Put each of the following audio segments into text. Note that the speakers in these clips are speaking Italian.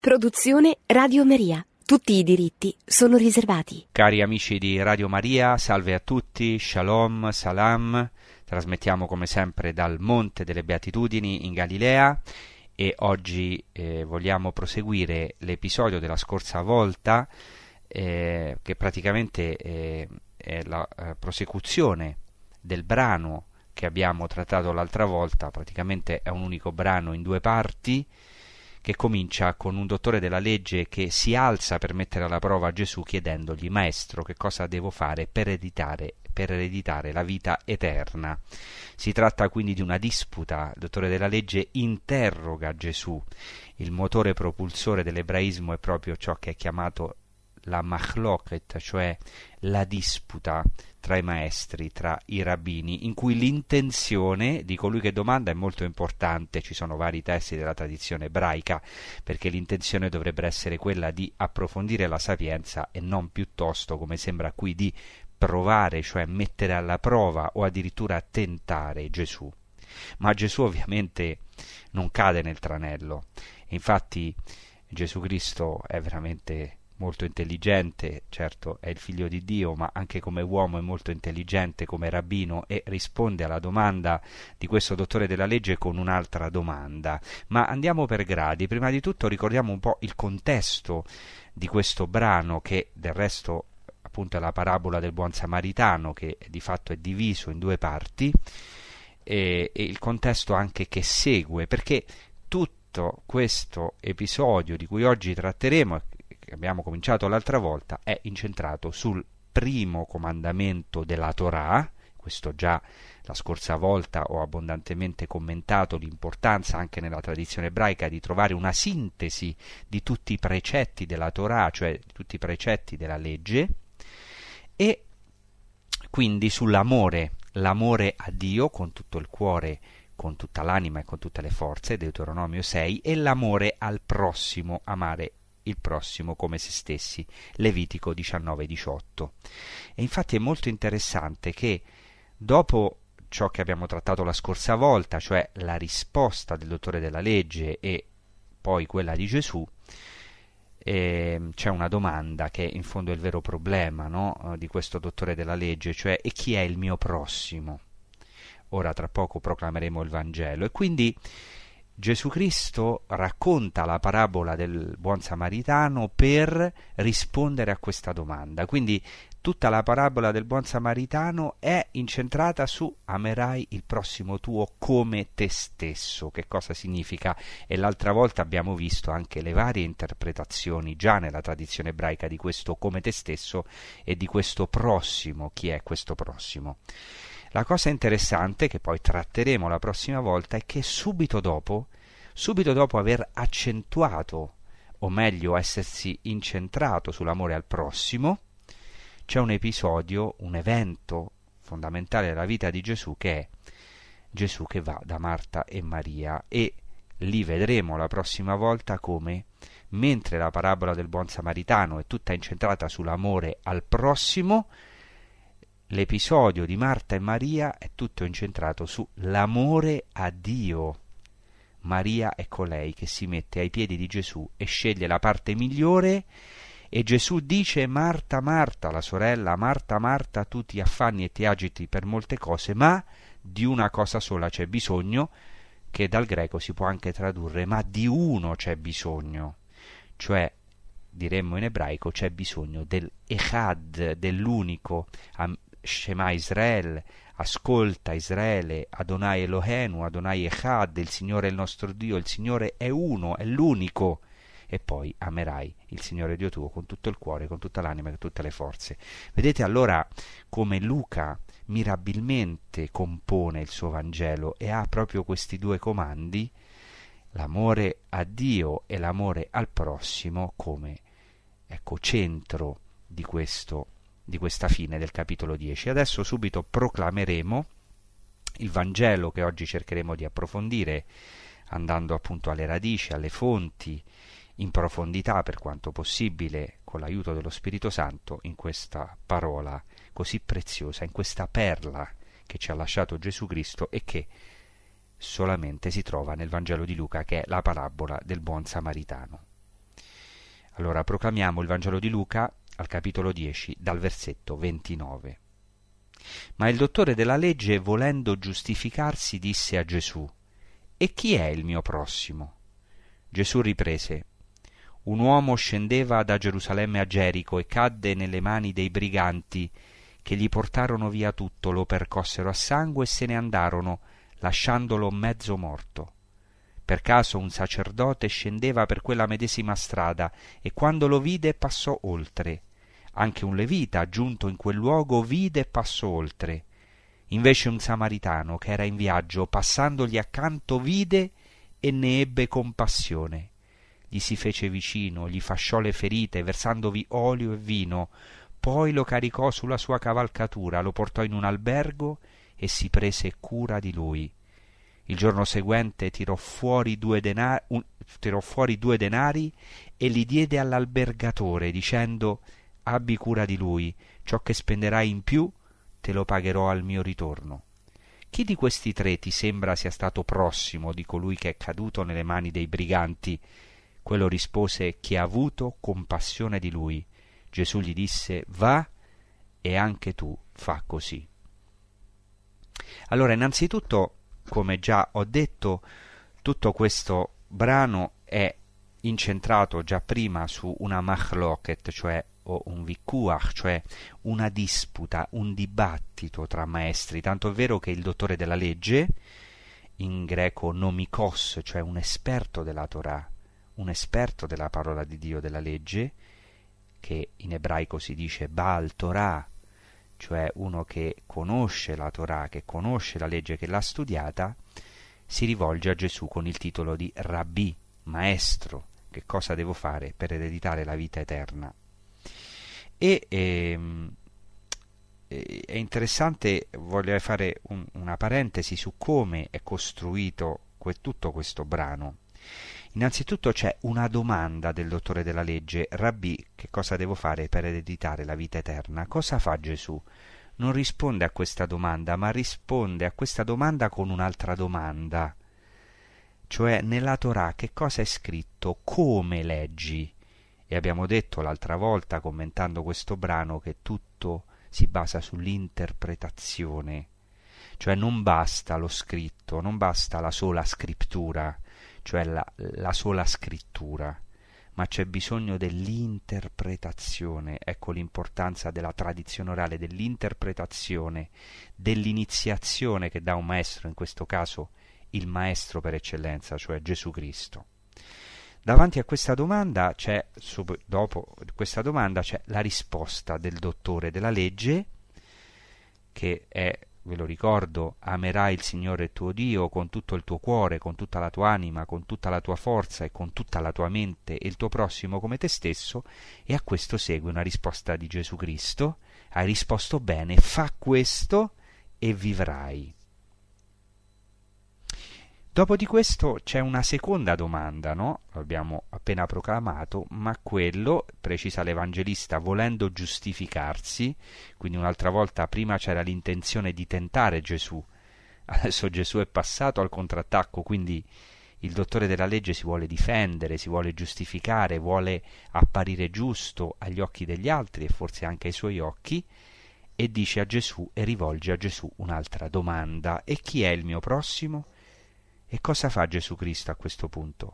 Produzione Radio Maria. Tutti i diritti sono riservati. Cari amici di Radio Maria, salve a tutti, shalom, salam. Trasmettiamo come sempre dal Monte delle Beatitudini in Galilea e oggi vogliamo proseguire l'episodio della scorsa volta che praticamente è la prosecuzione del brano che abbiamo trattato l'altra volta. Praticamente è un unico brano in due parti, che comincia con un dottore della legge che si alza per mettere alla prova Gesù chiedendogli: Maestro, che cosa devo fare per ereditare la vita eterna? Si tratta quindi di una disputa. Il dottore della legge interroga Gesù. Il motore propulsore dell'ebraismo è proprio ciò che è chiamato la machloket, cioè la disputa tra i maestri, tra i rabbini, in cui l'intenzione di colui che domanda è molto importante. Ci sono vari testi della tradizione ebraica, perché l'intenzione dovrebbe essere quella di approfondire la sapienza e non piuttosto, come sembra qui, di provare, cioè mettere alla prova o addirittura tentare Gesù. Ma Gesù ovviamente non cade nel tranello. Infatti Gesù Cristo è veramente molto intelligente, certo è il figlio di Dio, ma anche come uomo è molto intelligente come rabbino, e risponde alla domanda di questo dottore della legge con un'altra domanda. Ma andiamo per gradi. Prima di tutto ricordiamo un po' il contesto di questo brano, che del resto appunto è la parabola del buon samaritano, che di fatto è diviso in due parti, e il contesto anche che segue, perché tutto questo episodio di cui oggi tratteremo, che abbiamo cominciato l'altra volta, è incentrato sul primo comandamento della Torah. Questo già la scorsa volta ho abbondantemente commentato l'importanza anche nella tradizione ebraica di trovare una sintesi di tutti i precetti della Torah, cioè di tutti i precetti della legge, e quindi sull'amore, l'amore a Dio con tutto il cuore, con tutta l'anima e con tutte le forze, Deuteronomio 6, e l'amore al prossimo, amare il prossimo come se stessi, Levitico 19-18. E infatti è molto interessante che dopo ciò che abbiamo trattato la scorsa volta, cioè la risposta del dottore della legge e poi quella di Gesù, c'è una domanda che in fondo è il vero problema, no? Di questo dottore della legge, cioè: e chi è il mio prossimo? Ora tra poco proclameremo il Vangelo, e quindi Gesù Cristo racconta la parabola del buon samaritano per rispondere a questa domanda. Quindi tutta la parabola del buon samaritano è incentrata su amerai il prossimo tuo come te stesso. Che cosa significa? E l'altra volta abbiamo visto anche le varie interpretazioni già nella tradizione ebraica di questo come te stesso e di questo prossimo. Chi è questo prossimo? La cosa interessante, che poi tratteremo la prossima volta, è che subito dopo aver accentuato, o meglio essersi incentrato sull'amore al prossimo, c'è un episodio, un evento fondamentale della vita di Gesù, che è Gesù che va da Marta e Maria, e lì vedremo la prossima volta come, mentre la parabola del buon samaritano è tutta incentrata sull'amore al prossimo, l'episodio di Marta e Maria è tutto incentrato sull'amore a Dio. Maria è colei che si mette ai piedi di Gesù e sceglie la parte migliore, e Gesù dice: Marta, Marta, la sorella, Marta, Marta, tu ti affanni e ti agiti per molte cose, ma di una cosa sola c'è bisogno, che dal greco si può anche tradurre ma di uno c'è bisogno, cioè diremmo in ebraico c'è bisogno del echad, dell'unico. Shema Israel, ascolta Israele, Adonai Elohenu, Adonai Echad, il Signore è il nostro Dio, il Signore è uno, è l'unico. E poi amerai il Signore Dio tuo con tutto il cuore, con tutta l'anima e con tutte le forze. Vedete allora come Luca mirabilmente compone il suo Vangelo e ha proprio questi due comandi, l'amore a Dio e l'amore al prossimo, come centro di questa fine del capitolo 10. Adesso subito proclameremo il Vangelo, che oggi cercheremo di approfondire andando appunto alle radici, alle fonti, in profondità per quanto possibile, con l'aiuto dello Spirito Santo, in questa parola così preziosa, in questa perla che ci ha lasciato Gesù Cristo e che solamente si trova nel Vangelo di Luca, che è la parabola del buon samaritano. Allora proclamiamo il Vangelo di Luca al capitolo 10, dal versetto 29. Ma il dottore della legge, volendo giustificarsi, disse a Gesù: «E chi è il mio prossimo?» Gesù riprese: «Un uomo scendeva da Gerusalemme a Gerico e cadde nelle mani dei briganti, che gli portarono via tutto, lo percossero a sangue e se ne andarono, lasciandolo mezzo morto. Per caso un sacerdote scendeva per quella medesima strada e quando lo vide passò oltre. Anche un levita, giunto in quel luogo, vide e passò oltre. Invece un samaritano, che era in viaggio, passandogli accanto, vide e ne ebbe compassione. Gli si fece vicino, gli fasciò le ferite, versandovi olio e vino, poi lo caricò sulla sua cavalcatura, lo portò in un albergo e si prese cura di lui. Il giorno seguente tirò fuori 2 denari e li diede all'albergatore, dicendo: «Abbi cura di lui, ciò che spenderai in più te lo pagherò al mio ritorno». Chi di questi 3 ti sembra sia stato prossimo di colui che è caduto nelle mani dei briganti? Quello rispose: «Chi ha avuto compassione di lui». Gesù gli disse: «Va e anche tu fa così». Allora, innanzitutto, come già ho detto, tutto questo brano è incentrato già prima su una machloket, cioè o un vikuach, cioè una disputa, un dibattito tra maestri, tanto è vero che il dottore della legge, in greco nomikos, cioè un esperto della Torah, un esperto della parola di Dio, della legge, che in ebraico si dice Baal Torah, cioè uno che conosce la Torah, che conosce la legge, che l'ha studiata, si rivolge a Gesù con il titolo di Rabbi, maestro. Che cosa devo fare per ereditare la vita eterna? E è interessante, voglio fare una parentesi su come è costruito tutto questo brano. Innanzitutto c'è una domanda del dottore della legge: Rabbi, che cosa devo fare per ereditare la vita eterna? Cosa fa Gesù? Non risponde a questa domanda, ma risponde a questa domanda con un'altra domanda. Cioè, nella Torah che cosa è scritto? Come leggi? E abbiamo detto l'altra volta, commentando questo brano, che tutto si basa sull'interpretazione. Cioè non basta lo scritto, non basta la sola scrittura, cioè la sola scrittura, ma c'è bisogno dell'interpretazione. Ecco l'importanza della tradizione orale, dell'interpretazione, dell'iniziazione che dà un maestro, in questo caso il maestro per eccellenza, cioè Gesù Cristo. Davanti a questa domanda dopo questa domanda c'è la risposta del dottore della legge, che è, ve lo ricordo: amerai il Signore tuo Dio con tutto il tuo cuore, con tutta la tua anima, con tutta la tua forza e con tutta la tua mente, e il tuo prossimo come te stesso. E a questo segue una risposta di Gesù Cristo: hai risposto bene, fa questo e vivrai. Dopo di questo c'è una seconda domanda, no? Lo abbiamo appena proclamato, ma quello, precisa l'Evangelista, volendo giustificarsi, quindi un'altra volta prima c'era l'intenzione di tentare Gesù, adesso Gesù è passato al contrattacco, quindi il dottore della legge si vuole difendere, si vuole giustificare, vuole apparire giusto agli occhi degli altri e forse anche ai suoi occhi, e dice a Gesù e rivolge a Gesù un'altra domanda: e chi è il mio prossimo? E cosa fa Gesù Cristo a questo punto?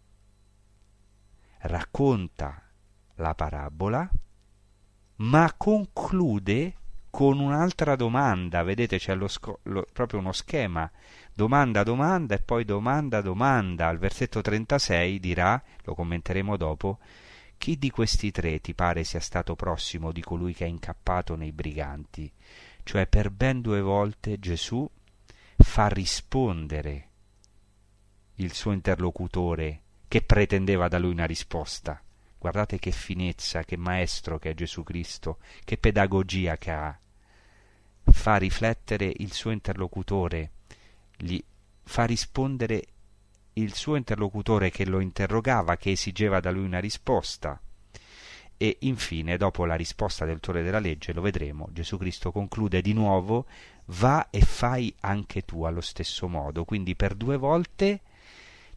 Racconta la parabola, ma conclude con un'altra domanda. Vedete, c'è proprio uno schema: domanda, domanda e poi domanda, domanda. Al versetto 36 dirà, lo commenteremo dopo: chi di questi 3 ti pare sia stato prossimo di colui che è incappato nei briganti? Cioè, per ben 2 volte Gesù fa rispondere il suo interlocutore che pretendeva da lui una risposta. Guardate che finezza, che maestro che è Gesù Cristo, che pedagogia che ha. Fa riflettere il suo interlocutore, gli fa rispondere il suo interlocutore che lo interrogava, che esigeva da lui una risposta. E infine, dopo la risposta del dottore della legge, lo vedremo, Gesù Cristo conclude di nuovo: va e fai anche tu allo stesso modo. Quindi per 2 volte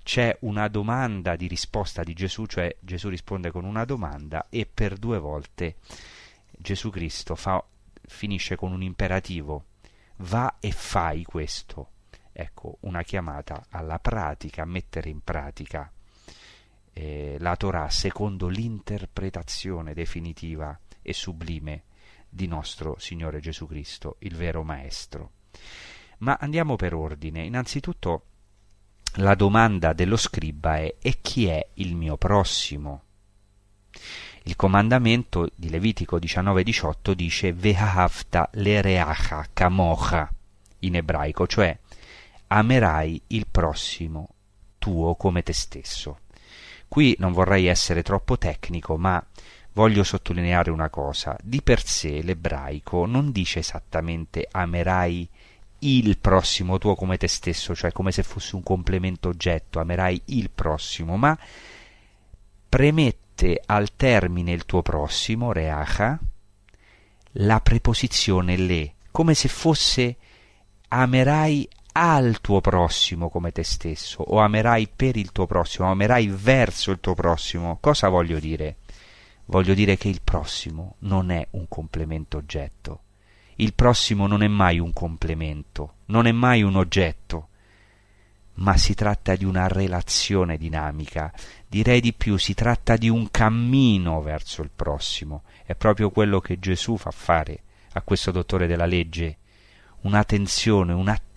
c'è una domanda di risposta di Gesù, cioè Gesù risponde con una domanda e per 2 volte Gesù Cristo finisce con un imperativo: va e fai questo. Ecco, una chiamata alla pratica, a mettere in pratica la Torah secondo l'interpretazione definitiva e sublime di nostro Signore Gesù Cristo, il vero Maestro. Ma andiamo per ordine. Innanzitutto la domanda dello scriba è: e chi è il mio prossimo? Il comandamento di Levitico 19:18 dice Ve'ahavta lereacha kamocha in ebraico, cioè amerai il prossimo tuo come te stesso. Qui non vorrei essere troppo tecnico, ma voglio sottolineare una cosa: di per sé l'ebraico non dice esattamente amerai il prossimo tuo come te stesso, cioè come se fosse un complemento oggetto, amerai il prossimo, ma premette al termine il tuo prossimo, reacha, la preposizione le, come se fosse amerai al tuo prossimo come te stesso, o amerai per il tuo prossimo, o amerai verso il tuo prossimo. Cosa voglio dire? Voglio dire che il prossimo non è un complemento oggetto. Il prossimo non è mai un complemento, non è mai un oggetto, ma si tratta di una relazione dinamica. Direi di più, si tratta di un cammino verso il prossimo. È proprio quello che Gesù fa fare a questo dottore della legge. Un'attenzione,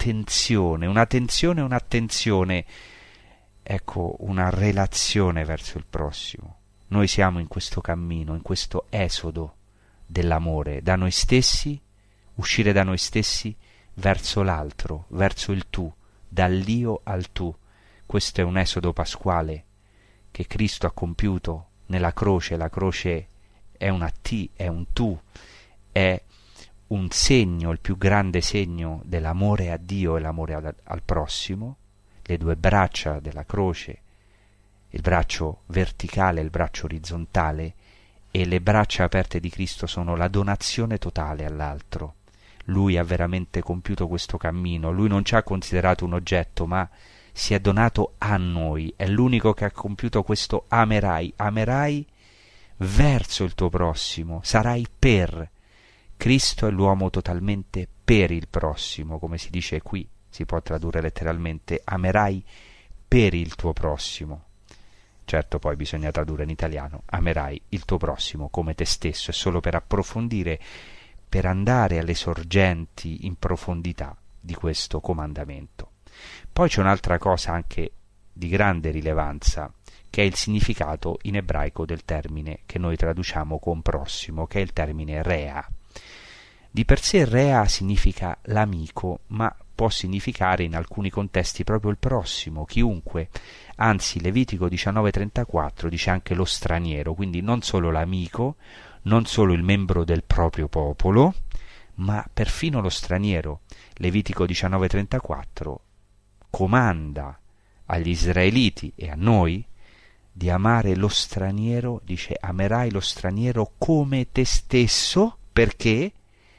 ecco, una relazione verso il prossimo. Noi siamo in questo cammino, in questo esodo dell'amore, da noi stessi, uscire da noi stessi verso l'altro, verso il tu, dall'io al tu. Questo è un esodo pasquale che Cristo ha compiuto nella croce. La croce è una T, è un tu, è un segno, il più grande segno dell'amore a Dio e l'amore al prossimo. Le 2 braccia della croce, il braccio verticale e il braccio orizzontale, e le braccia aperte di Cristo sono la donazione totale all'altro. Lui ha veramente compiuto questo cammino, lui non ci ha considerato un oggetto, ma si è donato a noi, è l'unico che ha compiuto questo amerai verso il tuo prossimo, sarai per. Cristo è l'uomo totalmente per il prossimo, come si dice qui, si può tradurre letteralmente, amerai per il tuo prossimo. Certo, poi bisogna tradurre in italiano, amerai il tuo prossimo come te stesso, è solo per approfondire, per andare alle sorgenti in profondità di questo comandamento. Poi c'è un'altra cosa anche di grande rilevanza, che è il significato in ebraico del termine che noi traduciamo con prossimo, che è il termine rea. Di per sé rea significa l'amico, ma può significare in alcuni contesti proprio il prossimo, chiunque. Anzi, Levitico 19:34 dice anche lo straniero, quindi non solo l'amico, non solo il membro del proprio popolo, ma perfino lo straniero. Levitico 19:34 comanda agli israeliti e a noi di amare lo straniero, dice amerai lo straniero come te stesso, perché?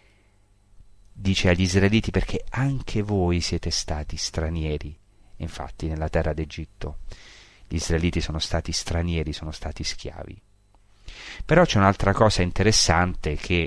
Dice agli israeliti perché anche voi siete stati stranieri. Infatti nella terra d'Egitto gli israeliti sono stati stranieri, sono stati schiavi. Però c'è un'altra cosa interessante, che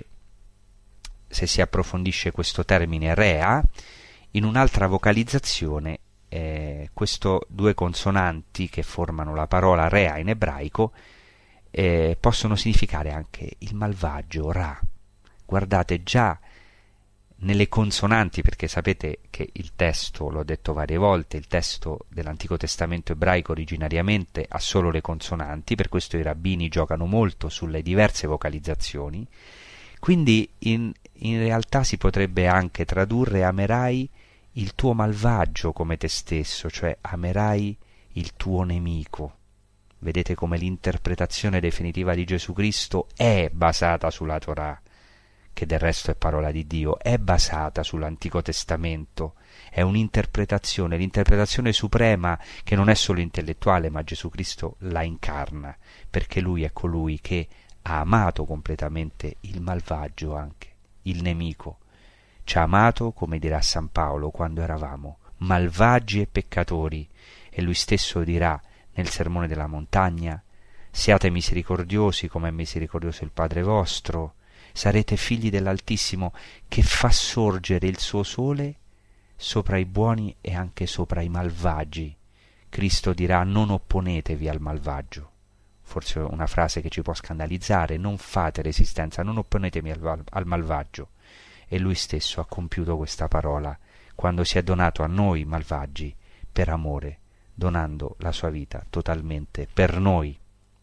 se si approfondisce questo termine rea, in un'altra vocalizzazione queste 2 consonanti che formano la parola rea in ebraico possono significare anche il malvagio, ra. Guardate, già nelle consonanti, perché sapete che il testo, l'ho detto varie volte, il testo dell'Antico Testamento ebraico originariamente ha solo le consonanti, per questo i rabbini giocano molto sulle diverse vocalizzazioni. Quindi in realtà si potrebbe anche tradurre amerai il tuo malvagio come te stesso, cioè amerai il tuo nemico. Vedete come l'interpretazione definitiva di Gesù Cristo è basata sulla Torah, che del resto è parola di Dio, è basata sull'Antico Testamento, è un'interpretazione, l'interpretazione suprema che non è solo intellettuale, ma Gesù Cristo la incarna, perché Lui è colui che ha amato completamente il malvagio anche, il nemico. Ci ha amato, come dirà San Paolo, quando eravamo malvagi e peccatori, e lui stesso dirà nel Sermone della Montagna: siate misericordiosi come è misericordioso il Padre vostro, sarete figli dell'Altissimo che fa sorgere il suo sole sopra i buoni e anche sopra i malvagi. Cristo dirà: non opponetevi al malvagio. Forse una frase che ci può scandalizzare: non fate resistenza, non opponetevi al malvagio. E lui stesso ha compiuto questa parola quando si è donato a noi malvagi per amore, donando la sua vita totalmente per noi.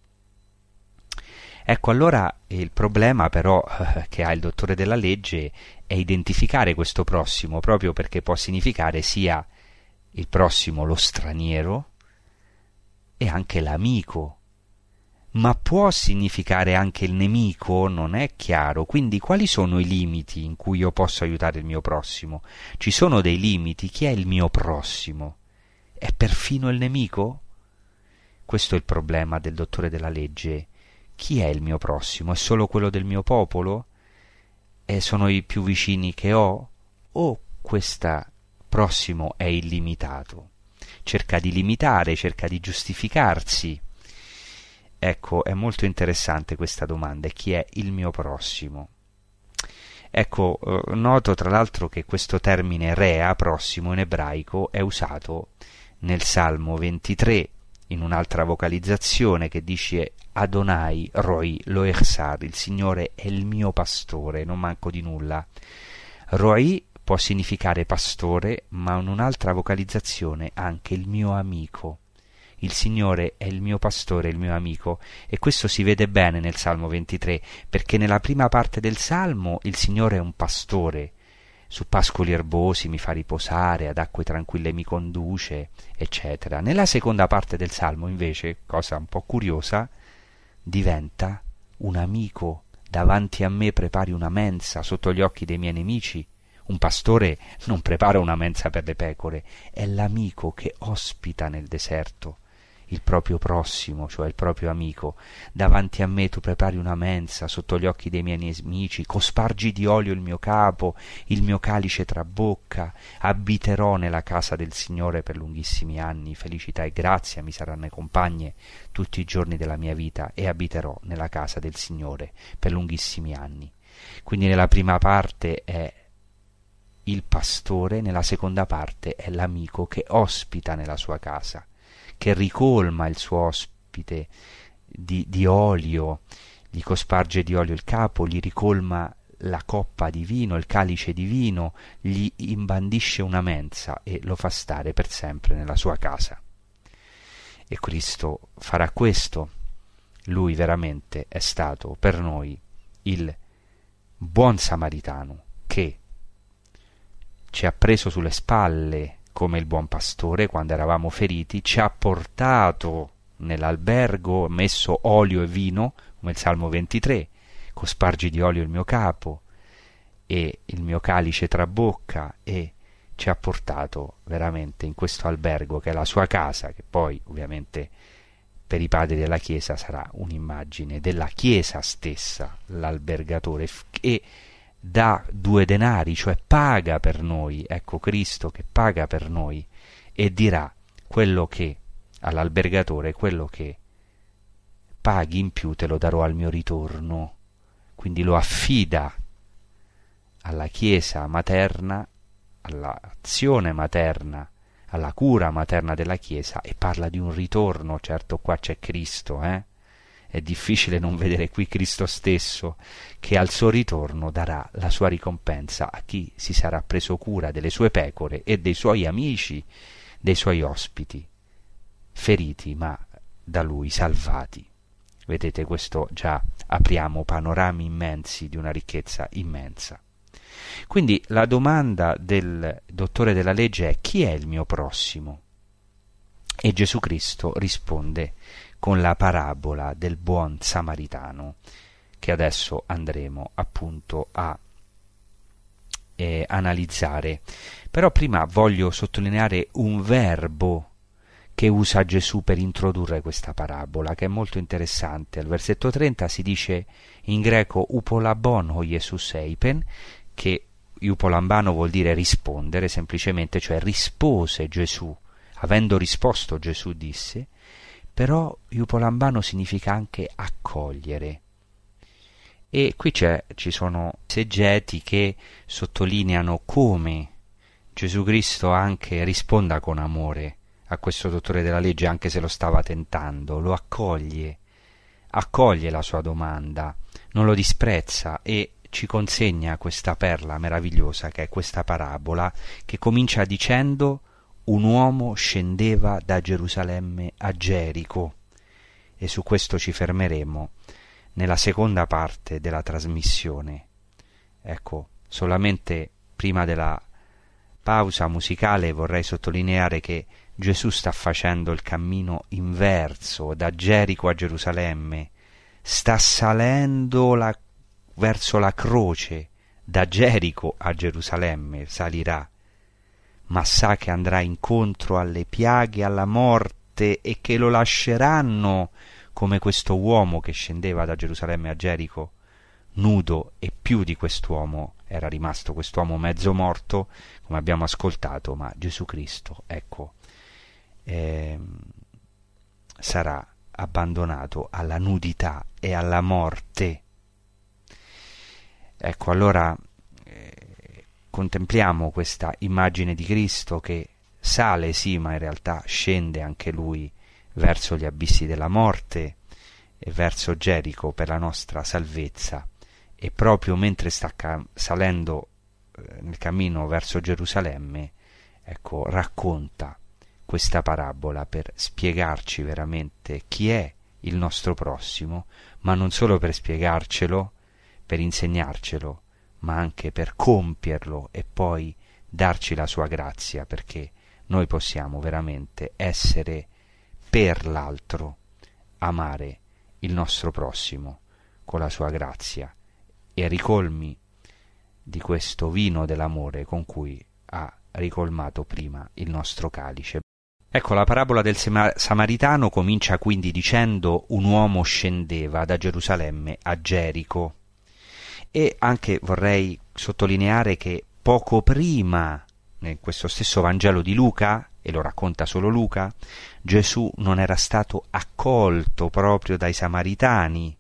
Ecco, allora il problema però che ha il dottore della legge è identificare questo prossimo, proprio perché può significare sia il prossimo, lo straniero, e anche l'amico, ma può significare anche il nemico? Non è chiaro. Quindi quali sono i limiti in cui io posso aiutare il mio prossimo? Ci sono dei limiti. Chi è il mio prossimo? È perfino il nemico? Questo è il problema del dottore della legge. Chi è il mio prossimo? È solo quello del mio popolo? E sono i più vicini che ho? O questo prossimo è illimitato? Cerca di limitare, cerca di giustificarsi. Ecco, è molto interessante questa domanda: chi è il mio prossimo? Ecco, noto tra l'altro che questo termine rea, prossimo, in ebraico è usato nel Salmo 23 in un'altra vocalizzazione che dice Adonai Roi Lo Echsar, il Signore è il mio pastore, non manco di nulla. Roi può significare pastore, ma in un'altra vocalizzazione anche il mio amico. Il Signore è il mio pastore, il mio amico, e questo si vede bene nel Salmo 23, perché nella prima parte del Salmo il Signore è un pastore, su pascoli erbosi mi fa riposare, ad acque tranquille mi conduce, eccetera. Nella seconda parte del Salmo, invece, cosa un po' curiosa, diventa un amico, davanti a me prepari una mensa sotto gli occhi dei miei nemici. Un pastore non prepara una mensa per le pecore, è l'amico che ospita nel deserto il proprio prossimo, cioè il proprio amico. Davanti a me tu prepari una mensa sotto gli occhi dei miei nemici, cospargi di olio il mio capo, il mio calice trabocca, abiterò nella casa del Signore per lunghissimi anni, felicità e grazia mi saranno compagne tutti i giorni della mia vita e abiterò nella casa del Signore per lunghissimi anni. Quindi nella prima parte è il pastore, nella seconda parte è l'amico che ospita nella sua casa, che ricolma il suo ospite di olio, gli cosparge di olio il capo, gli ricolma la coppa di vino, il calice di vino, gli imbandisce una mensa e lo fa stare per sempre nella sua casa. E Cristo farà questo. Lui veramente è stato per noi il buon samaritano che ci ha preso sulle spalle come il buon pastore quando eravamo feriti, ci ha portato nell'albergo, messo olio e vino, come il Salmo 23, cospargi di olio il mio capo e il mio calice trabocca, e ci ha portato veramente in questo albergo che è la sua casa, che poi ovviamente per i padri della Chiesa sarà un'immagine della Chiesa stessa, l'albergatore, e dà 2 denari, cioè paga per noi. Ecco Cristo che paga per noi e dirà quello che all'albergatore, quello che paghi in più te lo darò al mio ritorno. Quindi lo affida alla Chiesa materna, all'azione materna, alla cura materna della Chiesa, e parla di un ritorno. Certo, qua c'è Cristo, È difficile non vedere qui Cristo stesso, che al suo ritorno darà la sua ricompensa a chi si sarà preso cura delle sue pecore e dei suoi amici, dei suoi ospiti, feriti ma da lui salvati. Vedete, questo già apriamo panorami immensi di una ricchezza immensa. Quindi la domanda del dottore della legge è: chi è il mio prossimo? E Gesù Cristo risponde con la parabola del buon samaritano, che adesso andremo appunto a analizzare. Però prima voglio sottolineare un verbo che usa Gesù per introdurre questa parabola, che è molto interessante. Al versetto 30 si dice in greco upolabon o Jesus eipen, che upolambano vuol dire rispondere semplicemente, cioè rispose Gesù Avendo risposto, Gesù disse: però iupolambano significa anche accogliere. E qui ci sono esegeti che sottolineano come Gesù Cristo anche risponda con amore a questo dottore della legge, anche se lo stava tentando, lo accoglie la sua domanda, non lo disprezza e ci consegna questa perla meravigliosa che è questa parabola che comincia dicendo: un uomo scendeva da Gerusalemme a Gerico, e su questo ci fermeremo nella seconda parte della trasmissione. Ecco, solamente prima della pausa musicale vorrei sottolineare che Gesù sta facendo il cammino inverso da Gerico a Gerusalemme, sta salendo verso la croce, da Gerico a Gerusalemme salirà, ma sa che andrà incontro alle piaghe, alla morte, e che lo lasceranno come questo uomo che scendeva da Gerusalemme a Gerico, nudo, e più di quest'uomo era rimasto, quest'uomo mezzo morto, come abbiamo ascoltato, ma Gesù Cristo, ecco, sarà abbandonato alla nudità e alla morte. Ecco, allora contempliamo questa immagine di Cristo che sale, sì, ma in realtà scende anche lui verso gli abissi della morte e verso Gerico per la nostra salvezza, e proprio mentre sta salendo nel cammino verso Gerusalemme, ecco, racconta questa parabola per spiegarci veramente chi è il nostro prossimo, ma non solo per spiegarcelo, per insegnarcelo, ma anche per compierlo e poi darci la sua grazia, perché noi possiamo veramente essere per l'altro, amare il nostro prossimo con la sua grazia e ricolmi di questo vino dell'amore con cui ha ricolmato prima il nostro calice. Ecco, la parabola del Samaritano comincia quindi dicendo: un uomo scendeva da Gerusalemme a Gerico. E anche vorrei sottolineare che poco prima, in questo stesso Vangelo di Luca, e lo racconta solo Luca, Gesù non era stato accolto proprio dai Samaritani.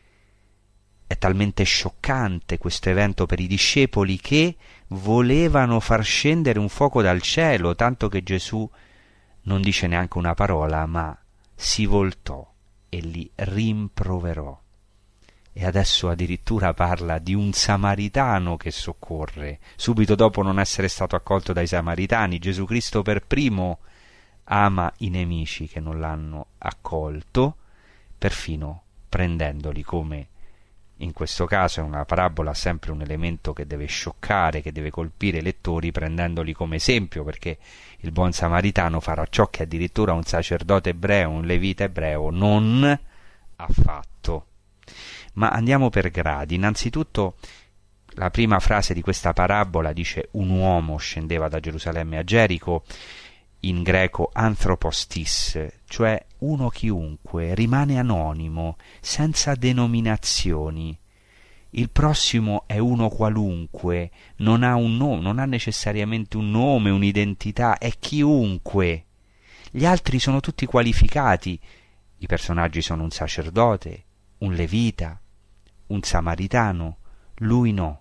È talmente scioccante questo evento per i discepoli che volevano far scendere un fuoco dal cielo, tanto che Gesù non dice neanche una parola, ma si voltò e li rimproverò. E adesso addirittura parla di un samaritano che soccorre, subito dopo non essere stato accolto dai samaritani. Gesù Cristo per primo ama i nemici che non l'hanno accolto, perfino prendendoli, come in questo caso è una parabola, sempre un elemento che deve scioccare, che deve colpire i lettori, prendendoli come esempio, perché il buon samaritano farà ciò che addirittura un sacerdote ebreo, un levita ebreo non ha fatto. Ma andiamo per gradi. Innanzitutto la prima frase di questa parabola dice: un uomo scendeva da Gerusalemme a Gerico, in greco anthropostis, cioè uno chiunque, rimane anonimo, senza denominazioni. Il prossimo è uno qualunque, non ha un nome, non ha necessariamente un nome, un'identità, è chiunque. Gli altri sono tutti qualificati. I personaggi sono un sacerdote, un levita, un samaritano, lui no.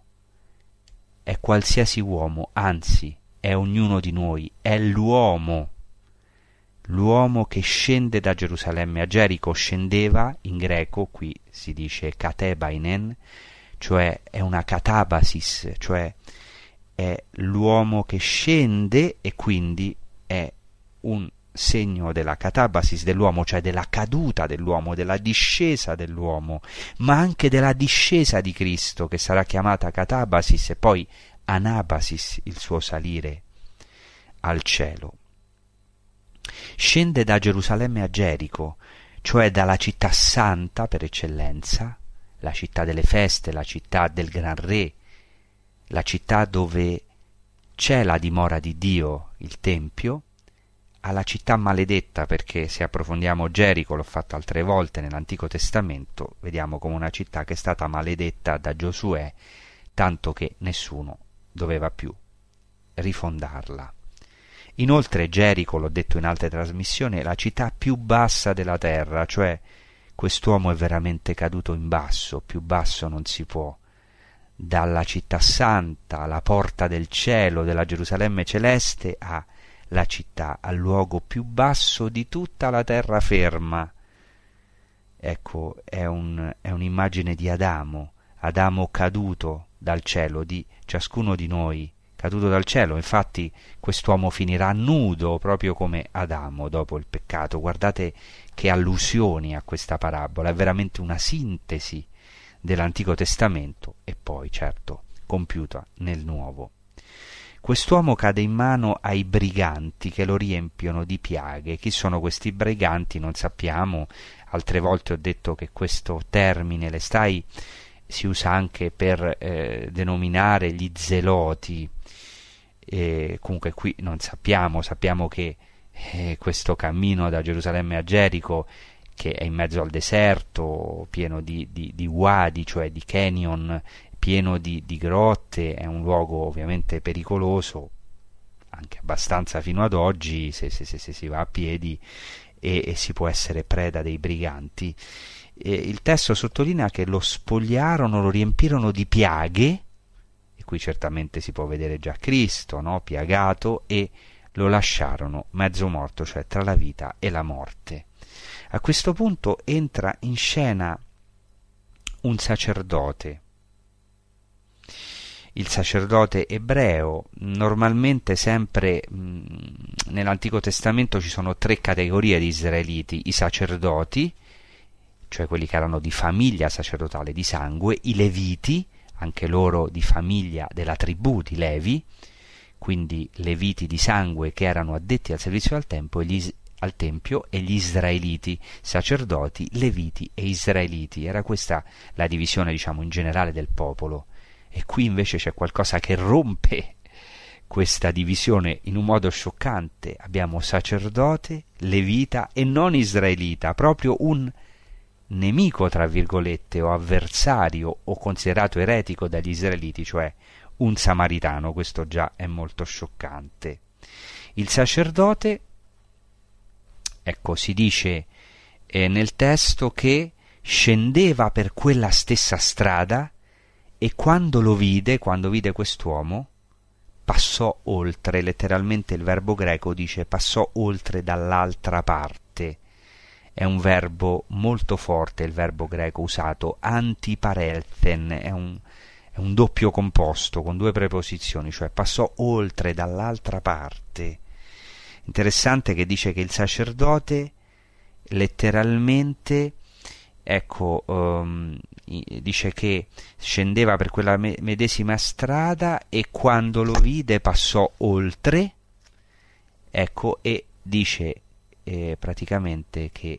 È qualsiasi uomo, anzi, è ognuno di noi, è l'uomo che scende da Gerusalemme a Gerico. Scendeva, in greco, qui si dice katebainen, cioè è una katabasis, cioè è l'uomo che scende, e quindi è un segno della katabasis dell'uomo, cioè della caduta dell'uomo, della discesa dell'uomo, ma anche della discesa di Cristo, che sarà chiamata katabasis e poi anabasis, il suo salire al cielo. Scende da Gerusalemme a Gerico, cioè dalla città santa per eccellenza, la città delle feste, la città del gran re, la città dove c'è la dimora di Dio, il Tempio, alla città maledetta, perché se approfondiamo Gerico, l'ho fatto altre volte nell'Antico Testamento, vediamo come una città che è stata maledetta da Giosuè, tanto che nessuno doveva più rifondarla. Inoltre Gerico, l'ho detto in altre trasmissioni, è la città più bassa della terra, cioè quest'uomo è veramente caduto in basso, più basso non si può. Dalla città santa, la porta del cielo, della Gerusalemme celeste, alla città, al luogo più basso di tutta la terraferma. Ecco, è un'immagine di Adamo caduto dal cielo, di ciascuno di noi, caduto dal cielo. Infatti quest'uomo finirà nudo, proprio come Adamo dopo il peccato. Guardate che allusioni a questa parabola, è veramente una sintesi dell'Antico Testamento e poi, certo, compiuta nel Nuovo. Quest'uomo cade in mano ai briganti che lo riempiono di piaghe. Chi sono questi briganti non sappiamo. Altre volte ho detto che questo termine, lestai, si usa anche per denominare gli zeloti. Comunque qui non sappiamo che questo cammino da Gerusalemme a Gerico, che è in mezzo al deserto, pieno di wadi, cioè di canyon, pieno di grotte, è un luogo ovviamente pericoloso, anche abbastanza fino ad oggi, se si va a piedi, e si può essere preda dei briganti. Il testo sottolinea che lo spogliarono, lo riempirono di piaghe, e qui certamente si può vedere già Cristo, no? Piagato, e lo lasciarono mezzo morto, cioè tra la vita e la morte. A questo punto entra in scena un sacerdote. Il sacerdote ebreo. Normalmente sempre nell'Antico Testamento ci sono 3 categorie di israeliti: i sacerdoti, cioè quelli che erano di famiglia sacerdotale di sangue, i leviti, anche loro di famiglia della tribù di Levi, quindi leviti di sangue che erano addetti al servizio al Tempio, e gli israeliti, sacerdoti, leviti e israeliti. Era questa la divisione, diciamo, in generale del popolo. E qui invece c'è qualcosa che rompe questa divisione in un modo scioccante. Abbiamo sacerdote, levita e non israelita, proprio un nemico, tra virgolette, o avversario o considerato eretico dagli israeliti, cioè un samaritano. Questo già è molto scioccante. Il sacerdote, ecco, si dice nel testo che scendeva per quella stessa strada, e quando vide quest'uomo, passò oltre. Letteralmente il verbo greco dice passò oltre dall'altra parte. È un verbo molto forte il verbo greco usato, antiparelthen, è un doppio composto con 2 preposizioni, cioè passò oltre dall'altra parte. Interessante che dice che il sacerdote letteralmente, ecco, dice che scendeva per quella medesima strada e quando lo vide passò oltre, ecco, e dice praticamente che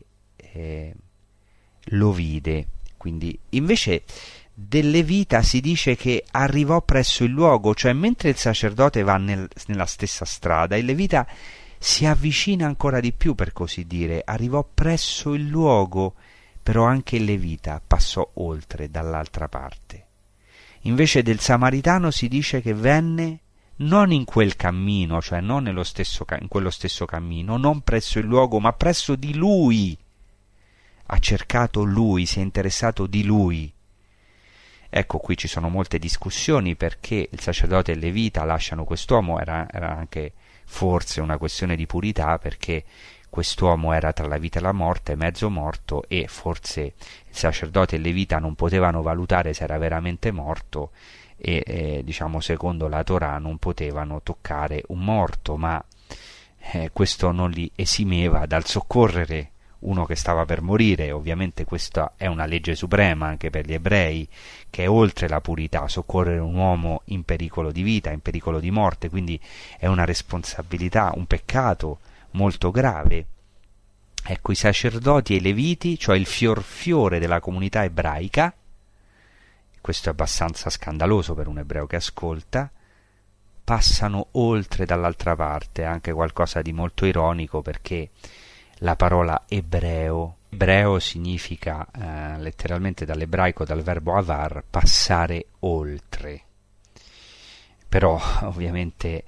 lo vide. Quindi invece del Levita si dice che arrivò presso il luogo, cioè mentre il sacerdote va nella stessa strada, il Levita si avvicina ancora di più, per così dire, arrivò presso il luogo, però anche il Levita passò oltre dall'altra parte. Invece del Samaritano si dice che venne non in quel cammino, cioè non in quello stesso cammino, non presso il luogo, ma presso di lui. Ha cercato lui, si è interessato di lui. Ecco, qui ci sono molte discussioni perché il sacerdote e il Levita lasciano quest'uomo. Era anche forse una questione di purità, perché quest'uomo era tra la vita e la morte, mezzo morto, e forse il sacerdote e il Levita non potevano valutare se era veramente morto e diciamo secondo la Torah non potevano toccare un morto, ma questo non li esimeva dal soccorrere uno che stava per morire. Ovviamente questa è una legge suprema anche per gli ebrei, che è oltre la purità, soccorrere un uomo in pericolo di vita, in pericolo di morte, quindi è una responsabilità, un peccato molto grave. Ecco, i sacerdoti e i leviti, cioè il fiore della comunità ebraica, questo è abbastanza scandaloso per un ebreo che ascolta, passano oltre dall'altra parte, anche qualcosa di molto ironico, perché la parola ebreo significa letteralmente dall'ebraico, dal verbo avar, passare oltre. Però ovviamente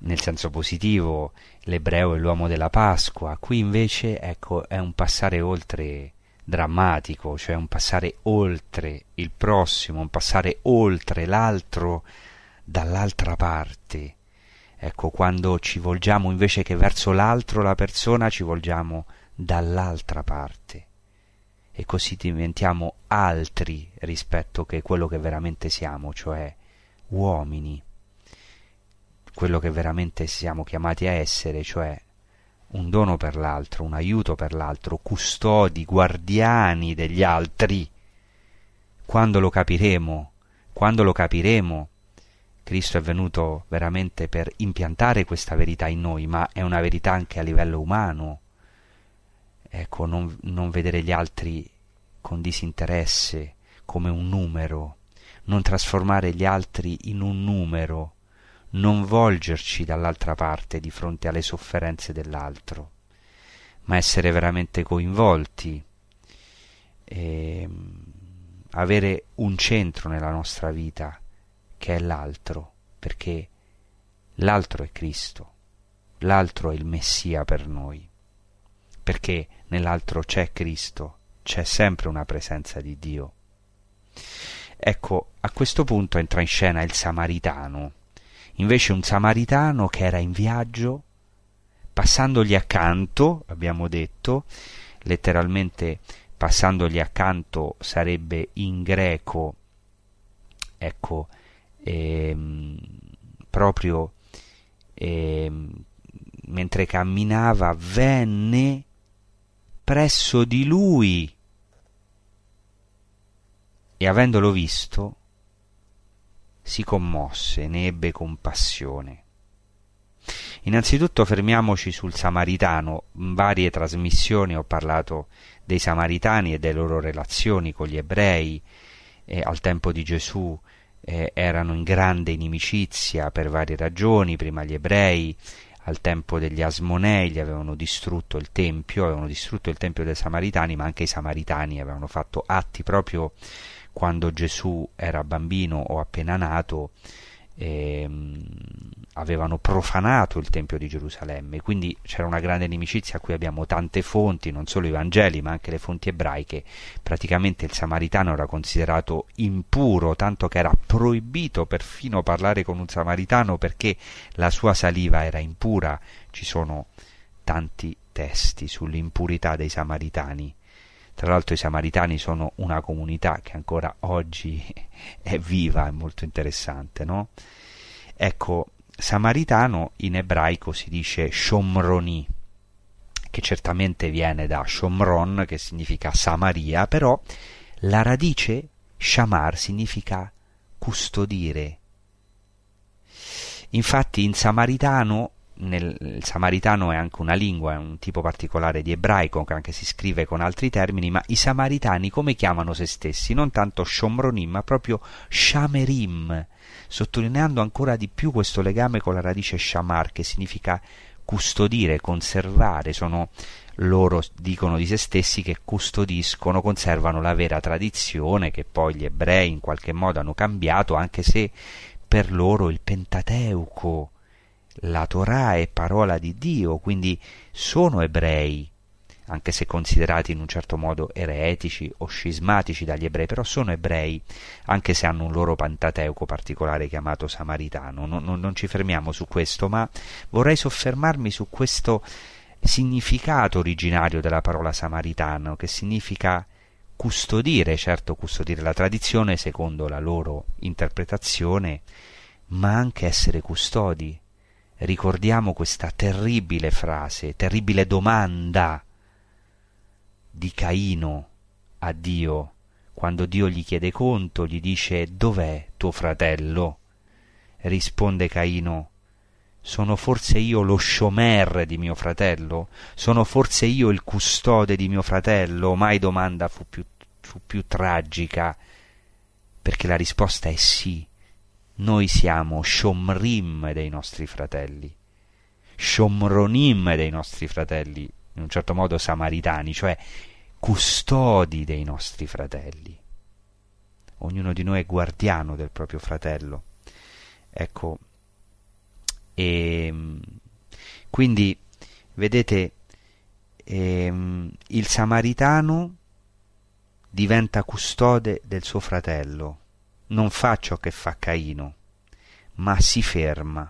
nel senso positivo, l'ebreo è l'uomo della Pasqua. Qui invece, ecco, è un passare oltre drammatico, cioè un passare oltre il prossimo, un passare oltre l'altro dall'altra parte. Ecco, quando ci volgiamo invece che verso l'altro, la persona, ci volgiamo dall'altra parte e così diventiamo altri rispetto che quello che veramente siamo, cioè uomini, quello che veramente siamo chiamati a essere, cioè un dono per l'altro, un aiuto per l'altro, custodi, guardiani degli altri. Quando lo capiremo, Cristo è venuto veramente per impiantare questa verità in noi, ma è una verità anche a livello umano. Ecco, non vedere gli altri con disinteresse, come un numero, non trasformare gli altri in un numero, non volgerci dall'altra parte di fronte alle sofferenze dell'altro, ma essere veramente coinvolti, e avere un centro nella nostra vita, che è l'altro, perché l'altro è Cristo, l'altro è il Messia per noi, perché nell'altro c'è Cristo, c'è sempre una presenza di Dio. Ecco, a questo punto entra in scena il Samaritano, invece un Samaritano che era in viaggio, passandogli accanto, abbiamo detto, letteralmente passandogli accanto sarebbe in greco, ecco, proprio mentre camminava venne presso di lui e avendolo visto si commosse, ne ebbe compassione. Innanzitutto fermiamoci sul Samaritano. In varie trasmissioni ho parlato dei Samaritani e delle loro relazioni con gli ebrei. Al tempo di Gesù erano in grande inimicizia per varie ragioni. Prima gli ebrei, al tempo degli Asmonei, gli avevano distrutto il tempio dei Samaritani, ma anche i Samaritani avevano fatto atti proprio quando Gesù era bambino o appena nato, avevano profanato il Tempio di Gerusalemme, quindi c'era una grande inimicizia a cui abbiamo tante fonti, non solo i Vangeli ma anche le fonti ebraiche. Praticamente il Samaritano era considerato impuro, tanto che era proibito perfino parlare con un Samaritano perché la sua saliva era impura. Ci sono tanti testi sull'impurità dei Samaritani. Tra l'altro i Samaritani sono una comunità che ancora oggi è viva, è molto interessante, no? Ecco, Samaritano in ebraico si dice Shomroni, che certamente viene da Shomron, che significa Samaria, però la radice Shamar significa custodire. Infatti in samaritano, il samaritano è anche una lingua, è un tipo particolare di ebraico che anche si scrive con altri termini, ma i samaritani come chiamano se stessi? Non tanto Shomronim, ma proprio Shamerim, sottolineando ancora di più questo legame con la radice Shamar, che significa custodire, conservare. Loro dicono di se stessi che custodiscono, conservano la vera tradizione che poi gli ebrei in qualche modo hanno cambiato, anche se per loro il Pentateuco, la Torah è parola di Dio, quindi sono ebrei, anche se considerati in un certo modo eretici o scismatici dagli ebrei, però sono ebrei, anche se hanno un loro Pentateuco particolare chiamato samaritano. Non ci fermiamo su questo, ma vorrei soffermarmi su questo significato originario della parola samaritano, che significa custodire, certo custodire la tradizione secondo la loro interpretazione, ma anche essere custodi. Ricordiamo questa terribile frase, terribile domanda di Caino a Dio, quando Dio gli chiede conto, gli dice: dov'è tuo fratello? Risponde Caino: sono forse io lo shomer di mio fratello? Sono forse io il custode di mio fratello? Mai domanda fu più tragica, perché la risposta è sì. Noi siamo shomrim dei nostri fratelli, shomronim dei nostri fratelli, in un certo modo samaritani, cioè custodi dei nostri fratelli. Ognuno di noi è guardiano del proprio fratello. Ecco, E quindi, vedete, il samaritano diventa custode del suo fratello, non fa ciò che fa Caino, ma si ferma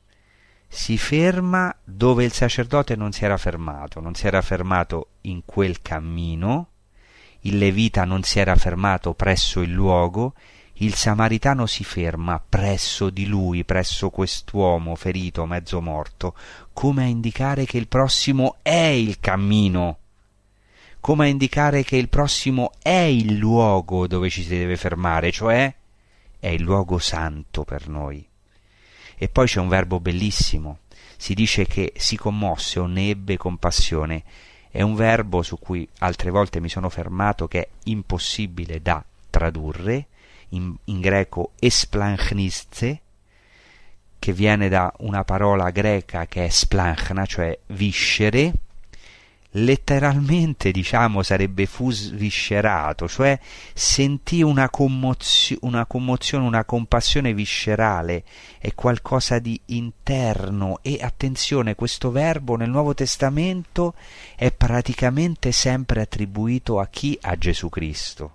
dove il sacerdote non si era fermato in quel cammino, il levita non si era fermato presso il luogo, il samaritano si ferma presso di lui, presso quest'uomo ferito, mezzo morto, come a indicare che il prossimo è il cammino, come a indicare che il prossimo è il luogo dove ci si deve fermare, cioè è il luogo santo per noi. E poi c'è un verbo bellissimo, si dice che si commosse o ne ebbe compassione. È un verbo su cui altre volte mi sono fermato, che è impossibile da tradurre, in greco esplanchnize, che viene da una parola greca che è splanchna, cioè viscere. Letteralmente, diciamo, sarebbe fu sviscerato, cioè sentì una commozione, una compassione viscerale, è qualcosa di interno. E attenzione, questo verbo nel Nuovo Testamento è praticamente sempre attribuito a chi? A Gesù Cristo.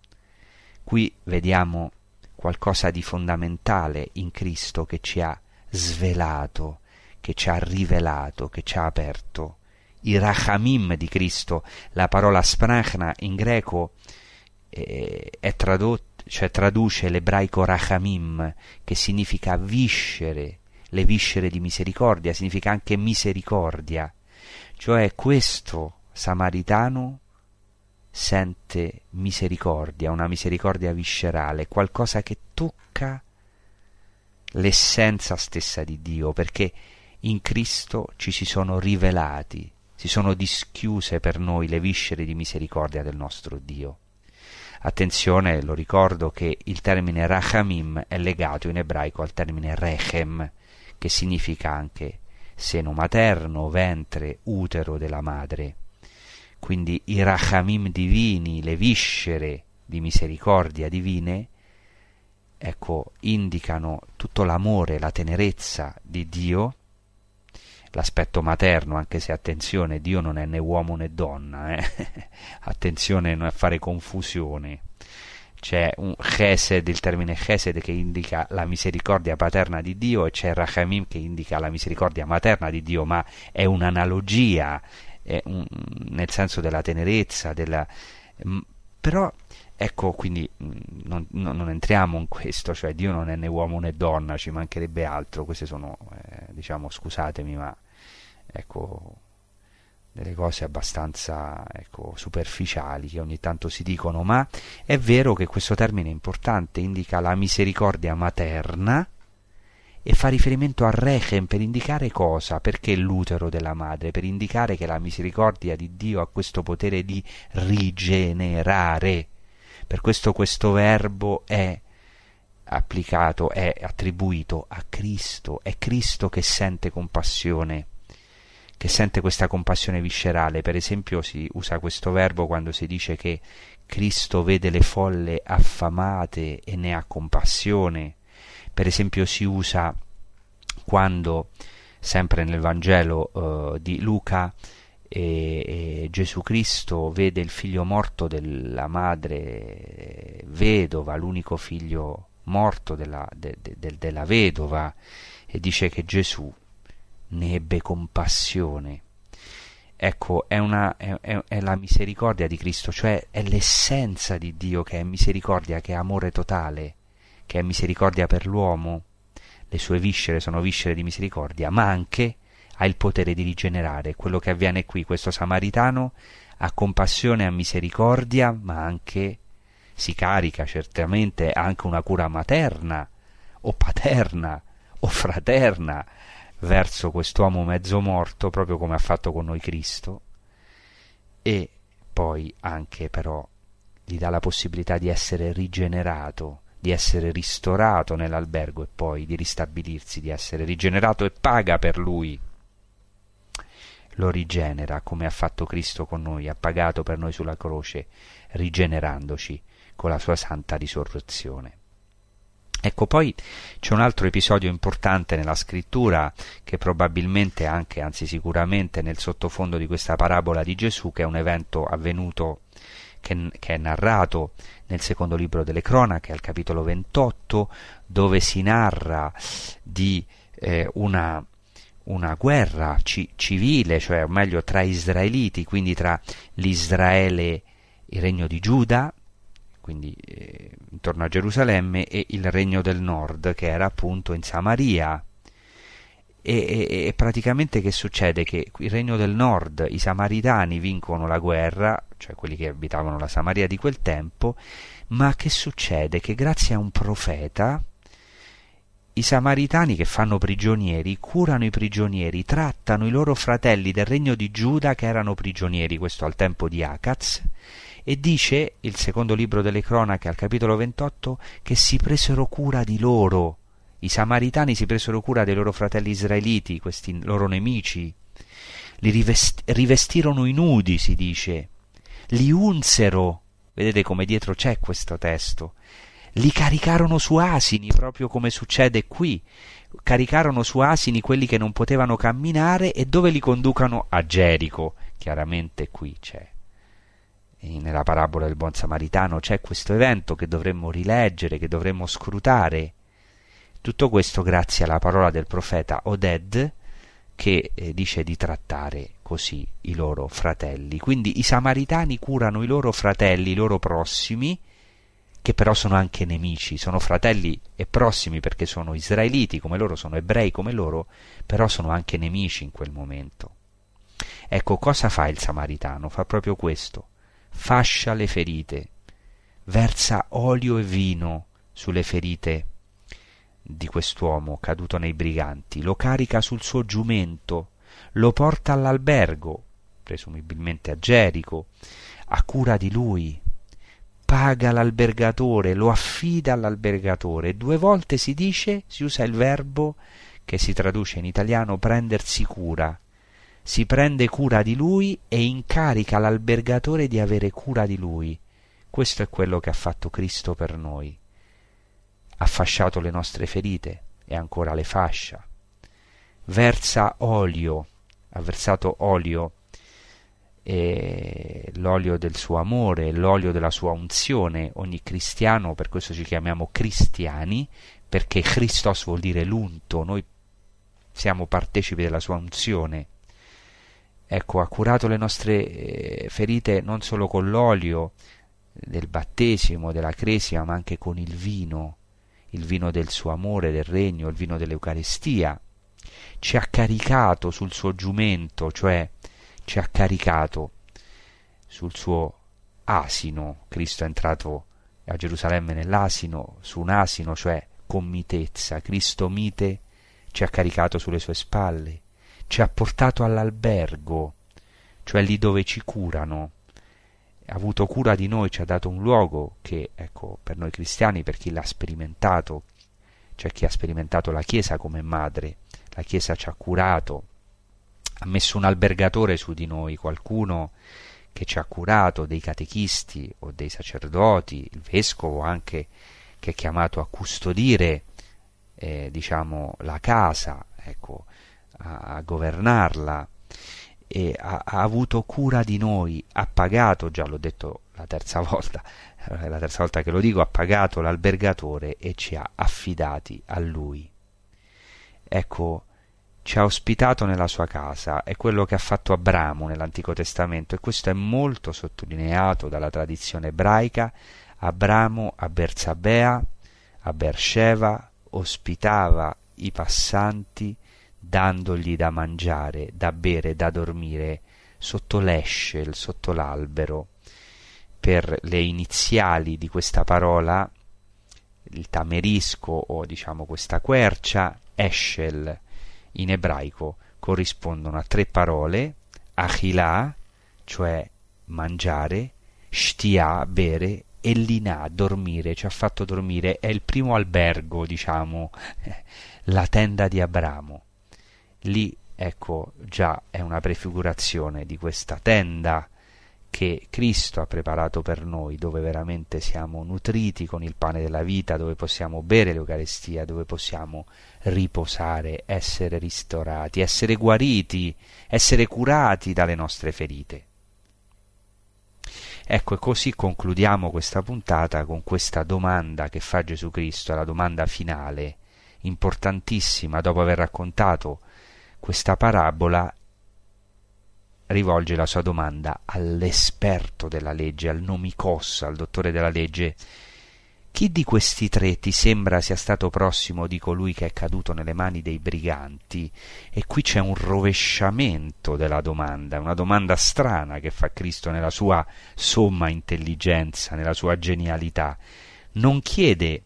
Qui vediamo qualcosa di fondamentale in Cristo, che ci ha svelato, che ci ha rivelato, che ci ha aperto. I rachamim di Cristo, la parola spranchna in greco è traduce l'ebraico rachamim, che significa viscere, le viscere di misericordia, significa anche misericordia. Cioè questo samaritano sente misericordia, una misericordia viscerale, qualcosa che tocca l'essenza stessa di Dio, perché in Cristo ci si sono rivelati, si sono dischiuse per noi le viscere di misericordia del nostro Dio. Attenzione, lo ricordo che il termine rachamim è legato in ebraico al termine rechem, che significa anche seno materno, ventre, utero della madre. Quindi i rachamim divini, le viscere di misericordia divine, ecco, indicano tutto l'amore, la tenerezza di Dio, l'aspetto materno, anche se attenzione, Dio non è né uomo né donna, attenzione non a fare confusione. C'è un chesed, il termine chesed, che indica la misericordia paterna di Dio, e c'è rachamim che indica la misericordia materna di Dio, ma è un'analogia, nel senso della tenerezza, però ecco, quindi non entriamo in questo, cioè Dio non è né uomo né donna, ci mancherebbe altro. Queste sono, diciamo, scusatemi, ma ecco, delle cose abbastanza, ecco, superficiali che ogni tanto si dicono, ma è vero che questo termine è importante, indica la misericordia materna e fa riferimento a Rechem per indicare cosa? Perché l'utero della madre? Per indicare che la misericordia di Dio ha questo potere di rigenerare. Per questo verbo è applicato, è attribuito a Cristo. È Cristo che sente compassione, che sente questa compassione viscerale. Per esempio si usa questo verbo quando si dice che Cristo vede le folle affamate e ne ha compassione. Per esempio si usa quando, sempre nel Vangelo di Luca, Gesù Cristo vede il figlio morto della madre vedova, l'unico figlio morto della vedova, e dice che Gesù ne ebbe compassione. Ecco, è la misericordia di Cristo, cioè è l'essenza di Dio, che è misericordia, che è amore totale, che è misericordia per l'uomo. Le sue viscere sono viscere di misericordia, ma anche ha il potere di rigenerare. Quello che avviene qui, questo samaritano ha compassione, ha misericordia, ma anche si carica certamente anche una cura materna o paterna o fraterna verso quest'uomo mezzo morto, proprio come ha fatto con noi Cristo, e poi anche però gli dà la possibilità di essere rigenerato, di essere ristorato nell'albergo e poi di ristabilirsi, di essere rigenerato, e paga per lui. Lo rigenera come ha fatto Cristo con noi, ha pagato per noi sulla croce, rigenerandoci con la sua santa risurrezione. Ecco, poi c'è un altro episodio importante nella scrittura, che probabilmente anche, anzi sicuramente nel sottofondo di questa parabola di Gesù, che è un evento avvenuto, che è narrato nel secondo libro delle Cronache, al capitolo 28, dove si narra di una guerra civile, cioè o meglio tra israeliti, quindi tra l'Israele, il regno di Giuda, quindi intorno a Gerusalemme, e il regno del nord, che era appunto in Samaria. E praticamente che succede? Che il regno del nord, i samaritani vincono la guerra, cioè quelli che abitavano la Samaria di quel tempo, ma che succede? Che grazie a un profeta i samaritani, che fanno prigionieri, curano i prigionieri, trattano i loro fratelli del regno di Giuda che erano prigionieri, questo al tempo di Acaz, e dice il secondo libro delle Cronache al capitolo 28 che si presero cura di loro. I samaritani si presero cura dei loro fratelli israeliti, questi loro nemici, li rivestirono i nudi, si dice, li unsero, vedete come dietro c'è questo testo, li caricarono su asini, proprio come succede qui, caricarono su asini quelli che non potevano camminare, e dove li conducano? A Gerico. Chiaramente qui c'è, nella parabola del buon samaritano, c'è questo evento che dovremmo rileggere, che dovremmo scrutare. Tutto questo grazie alla parola del profeta Oded, che dice di trattare così i loro fratelli. Quindi i samaritani curano i loro fratelli, i loro prossimi, che però sono anche nemici, sono fratelli e prossimi perché sono israeliti come loro, sono ebrei come loro, però sono anche nemici in quel momento. Ecco, cosa fa il samaritano? Fa proprio questo: fascia le ferite, versa olio e vino sulle ferite di quest'uomo caduto nei briganti, lo carica sul suo giumento, lo porta all'albergo, presumibilmente a Gerico, a cura di lui, paga l'albergatore, lo affida all'albergatore. 2 volte si dice, si usa il verbo che si traduce in italiano prendersi cura. Si prende cura di lui e incarica l'albergatore di avere cura di lui. Questo è quello che ha fatto Cristo per noi. Ha fasciato le nostre ferite e ancora le fascia. Versa olio, ha versato olio, l'olio del suo amore, l'olio della sua unzione. Ogni cristiano, per questo ci chiamiamo cristiani, perché Christos vuol dire l'unto, noi siamo partecipi della sua unzione. Ecco, ha curato le nostre ferite non solo con l'olio del battesimo, della cresima, ma anche con il vino del suo amore, del regno, il vino dell'Eucaristia. Ci ha caricato sul suo giumento, cioè ci ha caricato sul suo asino. Cristo è entrato a Gerusalemme nell'asino, su un asino, cioè con mitezza. Cristo mite ci ha caricato sulle sue spalle, ci ha portato all'albergo, cioè lì dove ci curano. Ha avuto cura di noi, ci ha dato un luogo che, ecco, per noi cristiani, per chi l'ha sperimentato, cioè chi ha sperimentato la Chiesa come madre, la Chiesa ci ha curato, ha messo un albergatore su di noi, qualcuno che ci ha curato, dei catechisti o dei sacerdoti, il vescovo anche, che è chiamato a custodire diciamo la casa, ecco, a governarla, e ha avuto cura di noi, ha pagato, già l'ho detto la terza volta che lo dico, ha pagato l'albergatore e ci ha affidati a lui. Ecco, ci ha ospitato nella sua casa, è quello che ha fatto Abramo nell'Antico Testamento, e questo è molto sottolineato dalla tradizione ebraica. Abramo a Bersabea, a Beersheva, ospitava i passanti dandogli da mangiare, da bere, da dormire sotto l'Eshel, sotto l'albero. Per le iniziali di questa parola, il tamerisco o diciamo questa quercia, Eshel, in ebraico corrispondono a 3 parole: achilà, cioè mangiare, shtia, bere, e linà, dormire. Ci ha fatto dormire, è il primo albergo, diciamo, la tenda di Abramo. Lì, ecco, già è una prefigurazione di questa tenda che Cristo ha preparato per noi, dove veramente siamo nutriti con il pane della vita, dove possiamo bere l'Eucaristia, dove possiamo riposare, essere ristorati, essere guariti, essere curati dalle nostre ferite. Ecco, e così concludiamo questa puntata con questa domanda che fa Gesù Cristo, la domanda finale, importantissima. Dopo aver raccontato questa parabola, rivolge la sua domanda all'esperto della legge, al nomikos, al dottore della legge: chi di questi tre ti sembra sia stato prossimo di colui che è caduto nelle mani dei briganti? E qui c'è un rovesciamento della domanda, una domanda strana che fa Cristo nella sua somma intelligenza, nella sua genialità. Non chiede,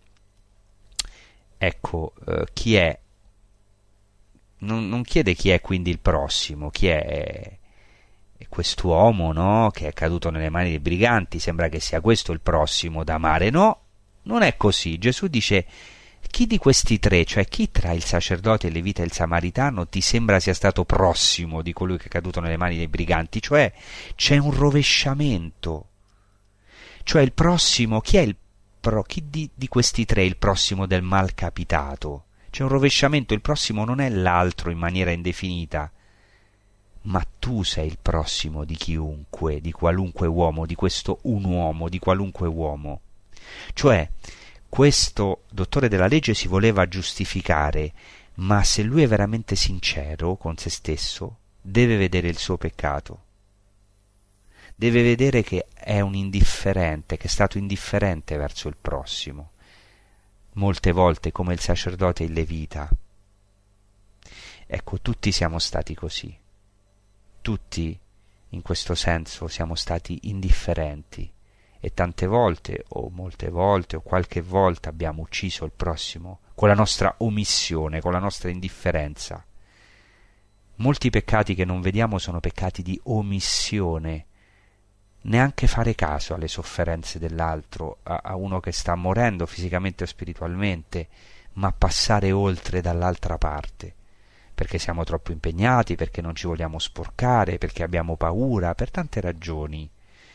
chi è, non chiede chi è quindi il prossimo, chi è quest'uomo, no, che è caduto nelle mani dei briganti, sembra che sia questo il prossimo da amare. No, non è così. Gesù dice: chi di questi tre, cioè chi tra il sacerdote, il levita e il samaritano, ti sembra sia stato prossimo di colui che è caduto nelle mani dei briganti? Cioè c'è un rovesciamento. Cioè il prossimo, chi di questi tre è il prossimo del mal capitato? C'è un rovesciamento, il prossimo non è l'altro in maniera indefinita, ma tu sei il prossimo di chiunque, di qualunque uomo, di questo un uomo, di qualunque uomo. Cioè, questo dottore della legge si voleva giustificare, ma se lui è veramente sincero con se stesso, deve vedere il suo peccato. Deve vedere che è un indifferente, che è stato indifferente verso il prossimo, molte volte come il sacerdote e il levita. Ecco, tutti siamo stati così. Tutti, in questo senso, siamo stati indifferenti e tante volte, o molte volte, o qualche volta abbiamo ucciso il prossimo con la nostra omissione, con la nostra indifferenza. Molti peccati che non vediamo sono peccati di omissione. Neanche fare caso alle sofferenze dell'altro, a uno che sta morendo fisicamente o spiritualmente, ma passare oltre dall'altra parte. Perché siamo troppo impegnati, perché non ci vogliamo sporcare, perché abbiamo paura, per tante ragioni,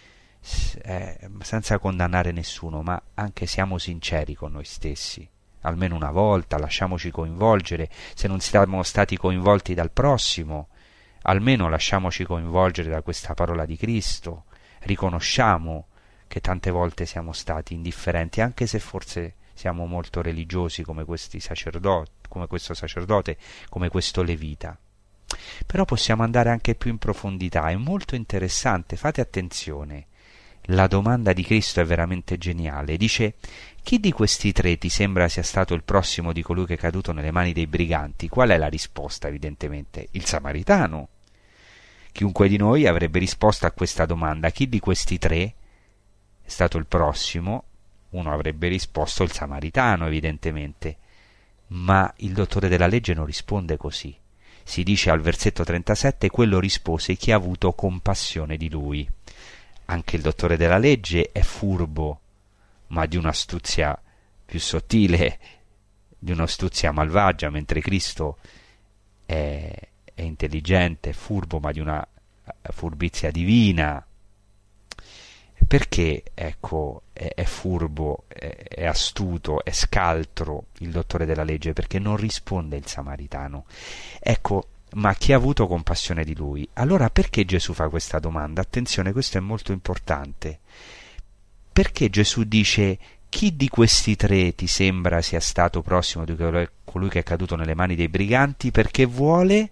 senza condannare nessuno, ma anche siamo sinceri con noi stessi, almeno una volta, lasciamoci coinvolgere. Se non siamo stati coinvolti dal prossimo, almeno lasciamoci coinvolgere da questa parola di Cristo, riconosciamo che tante volte siamo stati indifferenti, anche se forse siamo molto religiosi come questi sacerdoti, come questo sacerdote, come questo levita. Però possiamo andare anche più in profondità, è molto interessante, fate attenzione. La domanda di Cristo è veramente geniale. Dice: chi di questi tre ti sembra sia stato il prossimo di colui che è caduto nelle mani dei briganti? Qual è la risposta? Evidentemente il samaritano. Chiunque di noi avrebbe risposto a questa domanda: chi di questi tre è stato il prossimo? Uno avrebbe risposto il samaritano, evidentemente. Ma il dottore della legge non risponde così. Si dice al versetto 37: quello rispose chi ha avuto compassione di lui. Anche il dottore della legge è furbo, ma di un'astuzia più sottile, di un'astuzia malvagia, mentre Cristo è intelligente, è furbo, ma di una furbizia divina. Perché, ecco, è furbo, è astuto, è scaltro il dottore della legge? Perché non risponde il samaritano. Ecco, ma chi ha avuto compassione di lui? Allora perché Gesù fa questa domanda? Attenzione, questo è molto importante. Perché Gesù dice: chi di questi tre ti sembra sia stato prossimo di colui che è caduto nelle mani dei briganti? Perché vuole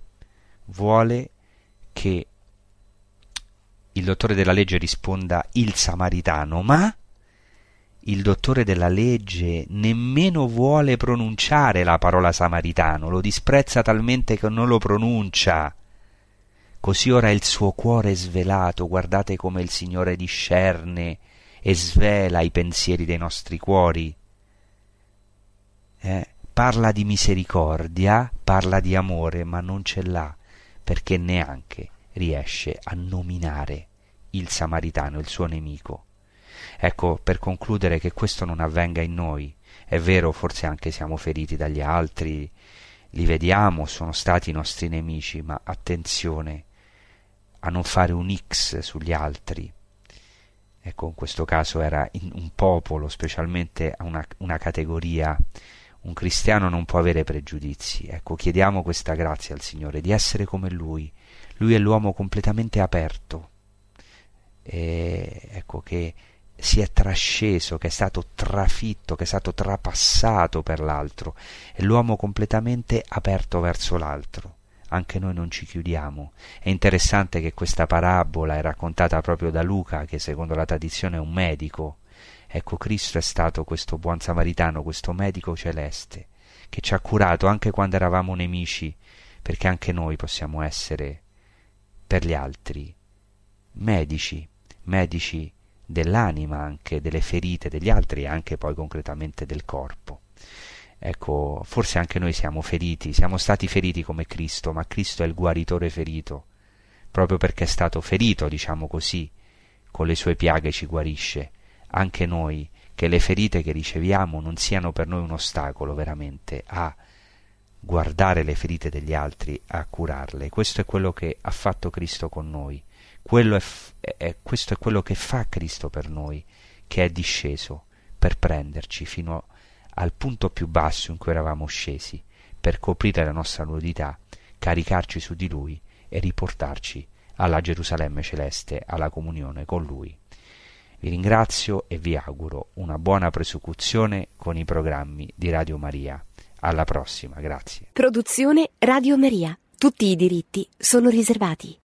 che il dottore della legge risponda il samaritano, ma il dottore della legge nemmeno vuole pronunciare la parola samaritano, lo disprezza talmente che non lo pronuncia. Così ora il suo cuore è svelato, guardate come il Signore discerne e svela i pensieri dei nostri cuori. Parla di misericordia, parla di amore, ma non ce l'ha, perché neanche riesce a nominare il samaritano, il suo nemico. Ecco, per concludere, che questo non avvenga in noi. È vero, forse anche siamo feriti dagli altri, li vediamo, sono stati i nostri nemici, ma attenzione a non fare un X sugli altri, Ecco, in questo caso era un popolo, specialmente una categoria. Un cristiano non può avere pregiudizi. Ecco, chiediamo questa grazia al Signore, di essere come Lui. Lui è l'uomo completamente aperto, ecco, che si è trasceso, che è stato trafitto, che è stato trapassato per l'altro. È l'uomo completamente aperto verso l'altro. Anche noi non ci chiudiamo. È interessante che questa parabola è raccontata proprio da Luca, che secondo la tradizione è un medico. Ecco, Cristo è stato questo buon samaritano, questo medico celeste, che ci ha curato anche quando eravamo nemici, perché anche noi possiamo essere per gli altri medici dell'anima, anche delle ferite degli altri e anche poi concretamente del corpo. Ecco, forse anche noi siamo feriti, siamo stati feriti come Cristo, ma Cristo è il guaritore ferito, proprio perché è stato ferito, diciamo così, con le sue piaghe ci guarisce. Anche noi, che le ferite che riceviamo non siano per noi un ostacolo veramente a guardare le ferite degli altri, a curarle. Questo è quello che ha fatto Cristo con noi, questo è quello che fa Cristo per noi, che è disceso per prenderci fino al punto più basso in cui eravamo scesi, per coprire la nostra nudità, caricarci su di Lui e riportarci alla Gerusalemme celeste, alla comunione con Lui. Vi ringrazio e vi auguro una buona prosecuzione con i programmi di Radio Maria. Alla prossima, grazie. Produzione Radio Maria. Tutti i diritti sono riservati.